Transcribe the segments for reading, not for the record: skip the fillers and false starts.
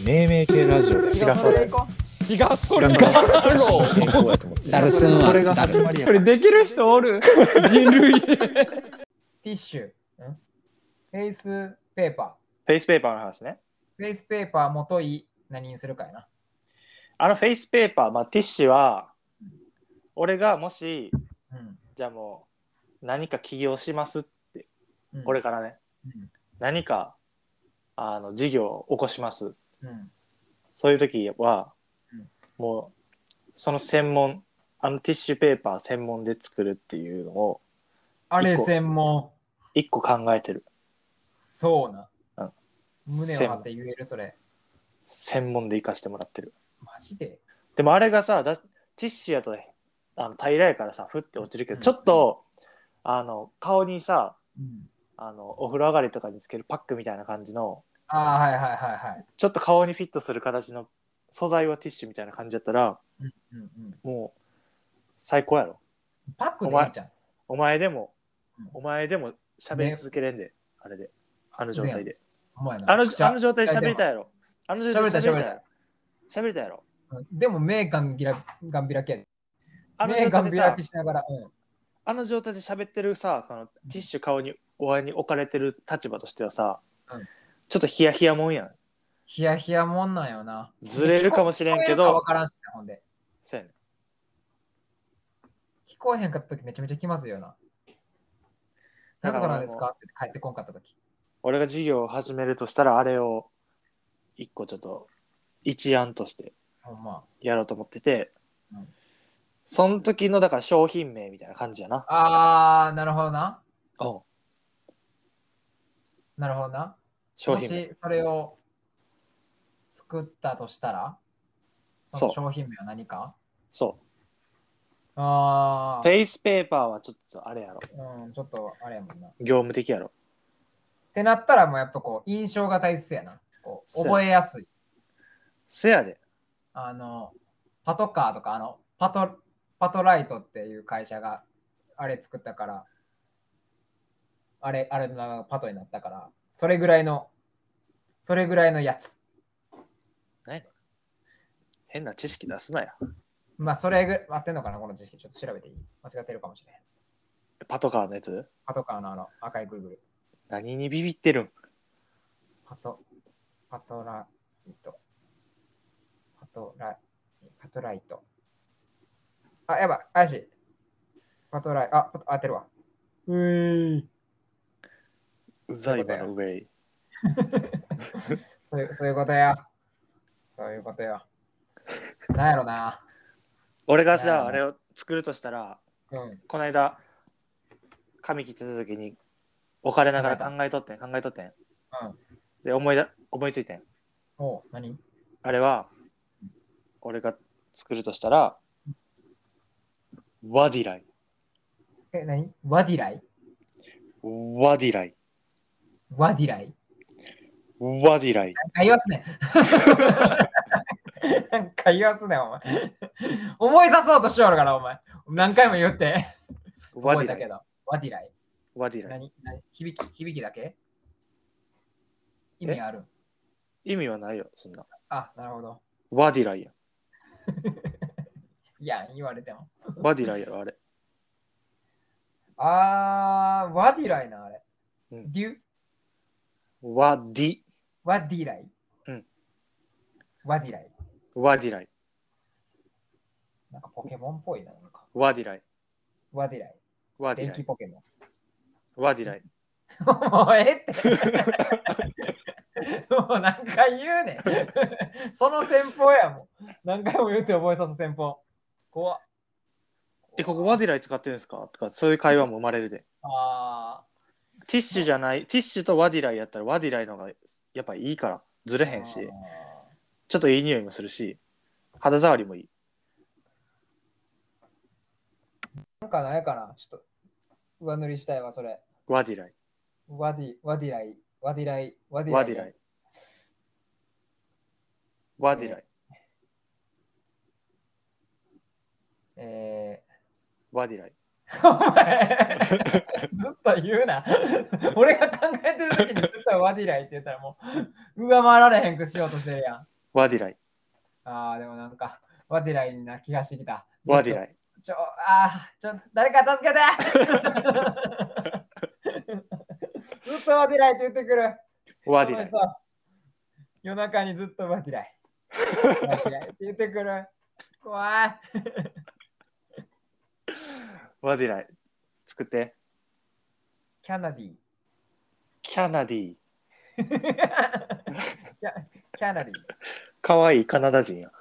命名系ラジオで違うそれ行こう。違うそれ違うか。 健康やと思ってダルスンはこれが始まりやこれできる人おる。人類で。 ティッシュ、フェイスペーパフェイスペーパーの話ね。 ー。フェイスペーパーもとい何にするかやな。 あのフェイスペーパー、まあ、ティッシュは、俺がもし、 うんじゃあもう何か起業しますって、 うん、 これからね、 うん何か事業を起こします。 うんそういう時は、 うんもうその専門、ティッシュペーパー専門で作るっていうのをあれ専門。 一個考えてる。 そうな。 うん胸を張って言えるそれ。 専門で活かしてもらってる。 マジででもあれがさ、ティッシュやと平らやからさ、ふって落ちるけど、 うんちょっと顔にさ、 うんお風呂上がりとかにつけるパックみたいな感じの、 ああ、はいはいはいはい。 ちょっと顔にフィットする形の素材はティッシュみたいな感じだったら、 うんうんうん、 もう最高やろ。 パックでいいじゃん。 お前でもうん喋り続けれんで、あれで、あの状態で。 お前なあの状態で喋りたいやろ。あの状態で喋りたい喋りたいやろ。 うんでも目ガン開きやで。 あの目ガン開状態でさきしながら。 あの状態で喋ってるさ、ティッシュ顔におに置かれてる立場としてはさ、 うんちょっとヒヤヒヤもんやん。 ヒヤヒヤもんなんよな。 ずれるかもしれんけ聞こえるかどわからんしな、ほんで。 そうやね。 聞こえへんかったときめちゃめちゃ来ますよな。なんとかなんですかって帰ってこんかったとき。 俺が事業を始めるとしたら、あれを一個ちょっと一案としてほんま。 やろうと思ってて、 うんその時のだから商品名みたいな感じやな。 あー、なるほどな。 うん。 なるほどな。も商品名。 しそれを作ったとしたら、そそうの商品名は何かそあう。フェイスペーパーはちょっとあれやろ。 うん、ちょっとあれやもんな。っ業務的やろ。 てなったらもうやっぱこう、印象が大切やな。こうそうや覚えやすい。 せやで。 パトカーとか、パトライトっていう会社があれ作ったから、あれの名前がパトになったから、それぐらいのやつ。 何やねん変な知識出すなや。 まあ、それぐらい、合ってんのかな、この知識。ちょっと調べていい？間違ってるかもしれん。 パトカーのやつパトカーの赤いぐるぐる。 何にビビってるん？ パトライト。パトライト。あ、やばい、怪しい。パトライト、当てるわ。 うざいわの上。 そういうことや。そういうことよ。なんやろな。 俺がさ、 いやあれを作るとしたら、 うん。 この間、髪切ってた時に置かれながら考えとってん。 うん。 で、思いついてん。 おう、何あれは、俺が作るとしたら、ワディライ。 何ワディライワディライ。 ワディライワディライ。 なんか言わすね。なんか言わすね、お前。思い出そうとしよるから、お前。何回も言って。 ワディライ。 覚えたけど。ワディライ。 ワディライ。 何響きだけ意味ある意味はないよ、そんな。 あ、なるほど。 ワディライや。 いや、言われても。 ワディライやろ、あれ。 ワディライな、あれ。 うんデュワディ。 ワディライ。 うん。 ワディライ。 ワディライ。 なんかポケモンっぽいな。なんかワディライ。 ワディライ。電ワディライ。 気ポケモン。 ワディライ。 もうええって。もう何回言うねん。その戦法やもん。何回も言って覚えさす戦法。怖っ。 ここワディライ使ってるんですかとか、そういう会話も生まれるで。 あティッシュじゃない、ティッシュとワディライやったらワディライの方がやっぱいいから、ずれへんし、ちょっといい匂いもするし、肌触りもいい。 なんかないかなちょっと上塗りしたいわ、それ。 ワディライ。 ワディライ。ワディライ。 ワディライ。ワディライ。ワディライ。 お前ずっと言うな。俺が考えてる時にずっとワディライって言ったらもう上回られへんくしようとしてるやん。 ワディライ。 ああ、でもなんか、ワディライな気がしてきた。 ワディライ。 誰か助けてずっとワディライって言ってくる。 ワディライ。 この人夜中にずっとワディライ。ワディライって言ってくる。怖い。 ワディライ。作って。 キャナディ。 キャナディ。 キャナディ。 かわいいカナダ人や。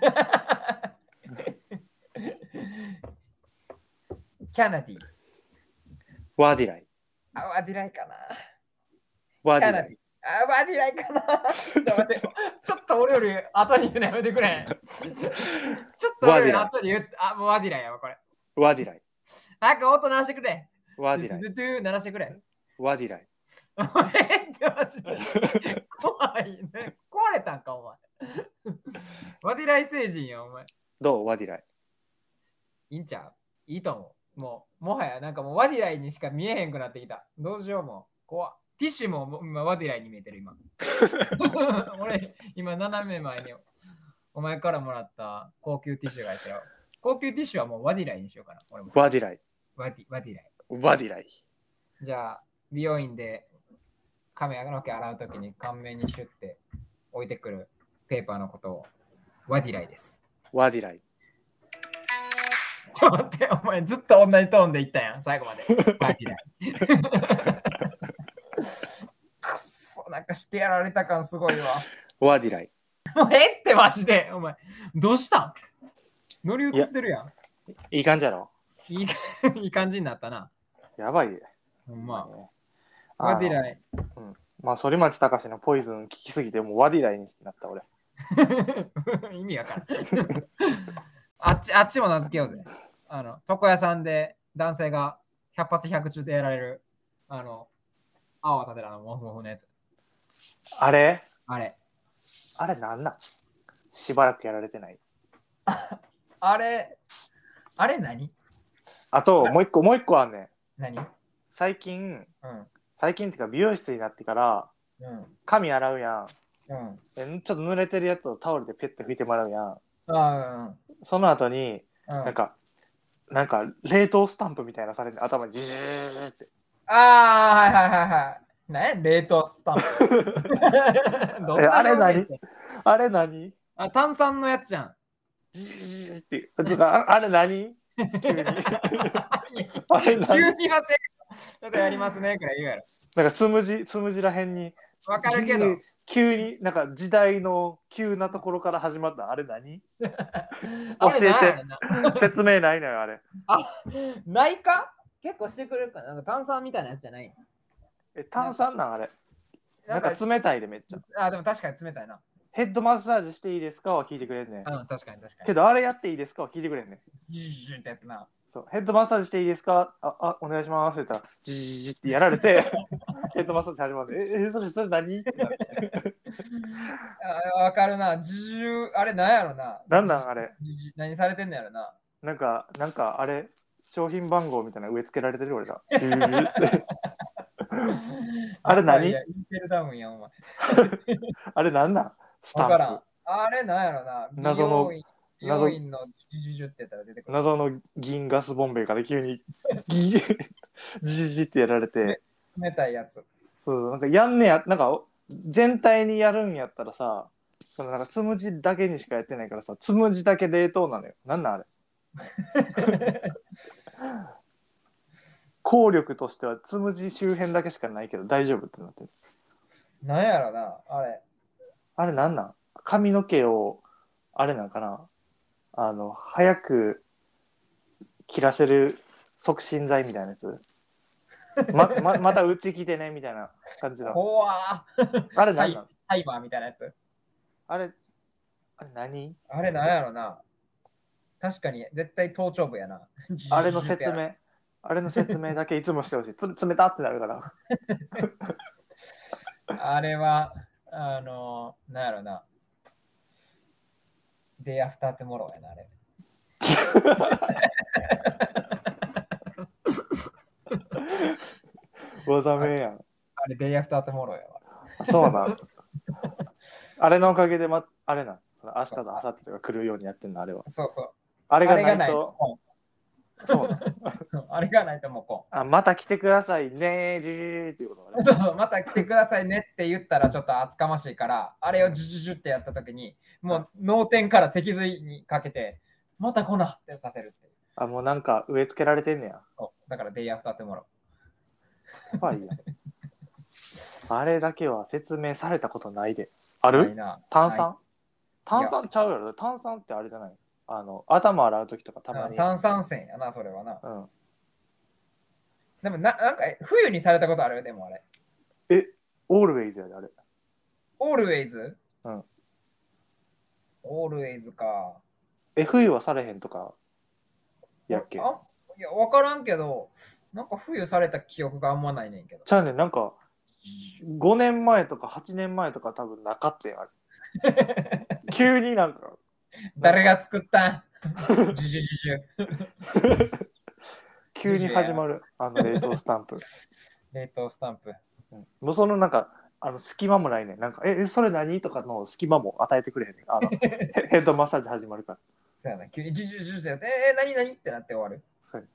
キャナディ。 ワディライ。 ワディライかな。 ワディライ。 ワディライかな。ちょっと待って。ちょっと俺より後に言うのやめてくれ。ちょっと俺より後に言って、もうワディライやわ、これ。 ワディライ。 なんか音鳴らしてくれ。 ワディライ。 ドゥドゥ鳴らしてくれ。 ワディライ。 お前ってマジで怖いね。壊れたんか、お前。ワディライ星人や、お前。 どうワディライ。 いいんちゃう？いいと思う。もはやなんかもうワディライにしか見えへんくなってきた。どうしようもう。怖っ。ティッシュも今ワディライに見えてる今。俺、今斜め前にお前からもらった高級ティッシュが入ってる。高級ティッシュはもうワディライにしようかな。俺もワディライ。 ワディライ。 ワディライ。 じゃあ、美容院で髪の毛洗うときに顔面にシュッて置いてくるペーパーのことをワディライです。ワディライ。 ちょっと待って、お前ずっと同じトーンで言ったやん、最後まで。ワディライ。くっそ、なんかしてやられた感すごいわ。 ワディライ。 もうってマジで、お前。どうしたん？乗り移ってるやん。 いい感じやろ？ いい感じになったな。 やばいね。 ほんま。ワディライ。 うん。まあ、反町隆史のポイズン聞きすぎて、もうワディライになった俺。 意味わからん。あっちも名付けようぜ。床屋さんで男性が100発100中でやられる、青は立てらのモフモフのやつ。 あれなんなん？しばらくやられてない。 あれ何？ あと、もう一個あんねん。 何？ 最近うんっていうか美容室になってから、 うん髪洗うやん。 うん。 ちょっと濡れてるやつをタオルでペッて拭いてもらうやん。その後に、なんか冷凍スタンプみたいなされて頭にジーって。 はいはいはいはい。ね、冷凍スタンプ。 あれ何？ 炭酸のやつじゃん。 ジーって。あれ何？急に。あれ何？ 急にはちょっとやりますねくらい言うやろ。 なんかつむじらへんに。 わかるけど。 急になんか時代の急なところから始まったあれ何？教えて。説明ないのよあれ。 ないか？結構してくれるかな。炭酸みたいなやつじゃない？ 炭酸なんあれ。なんか冷たいでめっちゃ。 でも確かに冷たいな。 ヘッドマッサージしていいですかは聞いてくれんねん。 確かに。 けどあれやっていいですかは聞いてくれんねん。 ジージーってやつな。 そう、ヘッドマッサージしていいですか？お願いしますって言ったら、ジージーってやられて、ヘッドマッサージ始まる。それ何？ってなって。 わかるな。あれなんやろな。 なんあれ。 何されてんのやろな。 なんかあれ、商品番号みたいな植え付けられてる俺ら。あれ何？ インテルダウンやん、お前。 あれなんなん？スタンプ。 わからん。あれなんやろな。美容院のジジュって言ったら出てくる。 謎の銀ガスボンベから急にジジジってやられて。 冷たいやつ。 そう、なんかやんねや、なんか全体にやるんやったらさ、なんかつむじだけにしかやってないからさ、つむじだけ冷凍なのよ。なんなんあれ。効力としてはつむじ周辺だけしかないけど大丈夫ってなってる。 なんやろな、あれ。 あれなんなん？髪の毛をあれなんかな、早く切らせる促進剤みたいなやつ。またうち来てねみたいな感じの。 怖あれ何なん？ タイマーみたいなやつ。 あれ何？ あれなんやろな。確かに絶対頭頂部やな。 あれの説明だけいつもしてほしい。冷たってなるから。 あれは、なんやろな。デイアフタートゥモローやな、あれ。 ござめやん。 あれ、デイアフタートゥモローやわ。 そうなん。 あれのおかげで、あれなん、その明日と明後日とか来るようにやってんの、あれは。 そうそう。 あれがないあれがないと、 と。 そうなんあれがないともうこあ、また来てくださいねー、じーっていうことがう。 ね。 そう、また来てくださいねって言ったらちょっと厚かましいから、あれをジュジュジュってやったときに、もう脳天から脊髄にかけて、また来なってさせるっていう。 あ、もうなんか植え付けられてんねや。 そうだからデイアフタートゥモロ怖いやん。あれだけは説明されたことないで。あー。なるいなない炭酸炭酸ちゃうやろ。炭酸ってあれじゃない。頭洗うときとかたまに。 炭酸泉やな、それはな。 うん。 でもなんか冬にされたことあるでもあれ。 オールウェイズやで、あれ。 オールウェイズうんオールウェイズか。 冬はされへんとか、やっけ。 いや、わからんけど、なんか冬された記憶があんまないねんけど。 ちゃうねん、なんか、5年前とか8年前とか多分なかったんあれ。急になんか、 誰が作ったんジュジュジュジュ。 急に始まる、冷凍スタンプ。 冷凍スタンプ。 うんもうそのなんか、隙間もないねん。なんか、それ何とかの隙間も与えてくれへんねん。ヘッドマッサージ始まるから。 そうやな、急にジュジュジュジュやって、何何ってなって終わる。 そう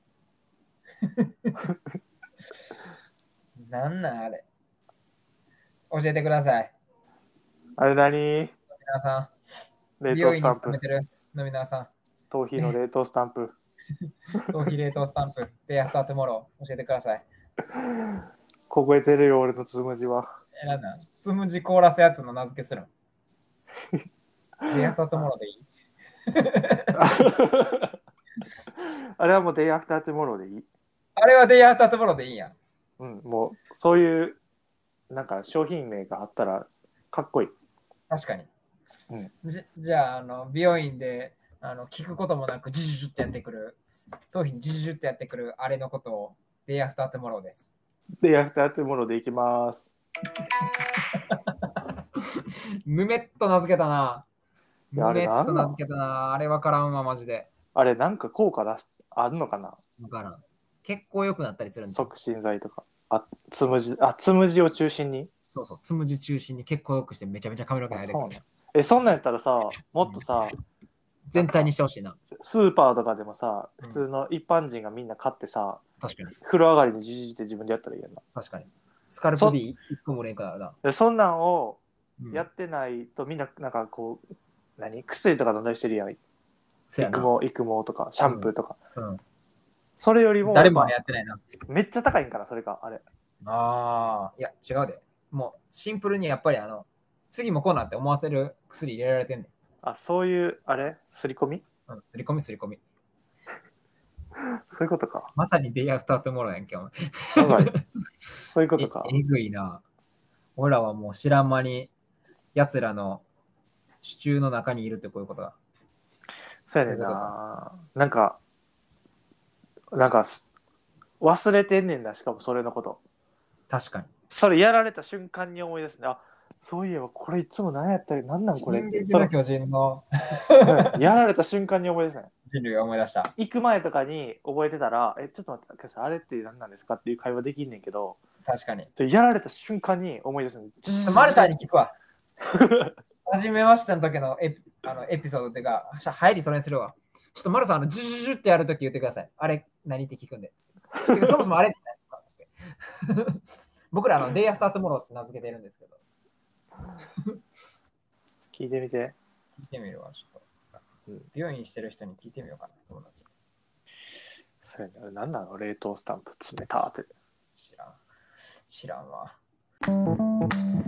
なんなんあれ。教えてください。 あれ何皆さん、 冷美容院に凍スタンプ。 勤めてるの皆さん、 頭皮の冷凍スタンプ。 頭皮冷凍スタンプ、デイアフタートゥモロー、教えてください。 凍えてるよ、俺のつむじは。 なんなんつむじ凍らすやつの名付けするん。デイアフタートゥモローでいいあれはもうデイアフタートゥモローでいい。 あれはデイアフタートゥモローでいいんや。 うん、もうそういうなんか商品名があったらかっこいい。 確かに。 うんじゃあ、美容院で聞くこともなく、ジュジュジュってやってくる、頭皮にジュジュジュってやってくる、あれのことを、デイアフタートゥモローです。 デイアフタートゥモローでいきます。 むめっと名付けたな。 いやあむめっれなんなんと名付けたな。あれわからんわ、マジで。 あれなんか効果あるのかな。 わからん。結構良くなったりするんですよ。 促進剤とか。つむじを中心に。 そうそう、つむじ中心に結構良くしてめちゃめちゃ髪の毛生えてくる。 そんなんやったらさ、もっとさ、 全体にしてほしいな。 スーパーとかでもさ、普通の一般人がみんな買ってさ、 確かに。 風呂上がりにじじって自分でやったらいいやんな。 確かに。スカルプで1個もれんからな。 でそんなんをうんやってないとみんななんかこう、薬とか飲んだりしてるやん。 そうやな。 育毛とかシャンプーとか。 うん。 それよりも誰もやってないな。 めっちゃ高いんから、それがあれ。 ああ、いや、違うで。もうシンプルにやっぱり次もこうなって思わせる薬入れられてんねん。 そういうあれすり込みうん、すり込みすり込み。 そういうことか。 まさにデイアフタートゥモローやんけ、お前。 そういうことか。 えぐいな。俺らはもう知らん間に奴らの支柱の中にいるってこういうことだ。 そうやねんな。なんか忘れてんねんな、しかもそれのこと。 確かに。 それやられた瞬間に思い出すね。そういえばこれいつも何やったら何なんこれって。 進撃の巨人のやられた瞬間に思い出すね。 人類を思い出した。 行く前とかに覚えてたら、ちょっと待ってください、あれって何なんですかっていう会話できんねんけど、 確かに。 やられた瞬間に思い出すね。 マルさんに聞くわ。初めましての時のエピソードっていうか、入りそれにするわ。ちょっとマルさん、ジュジュジュってやるとき言ってください。あれ、何って聞くんで。そもそもあれって何ですかって。僕らデイアフタートゥモローって名付けてるんですけど。 聞いてみて。 聞いてみるわ、ちょっと。病院してる人に聞いてみようかな、友達。 そうやね。何なの冷凍スタンプ冷たって。 知らんわ。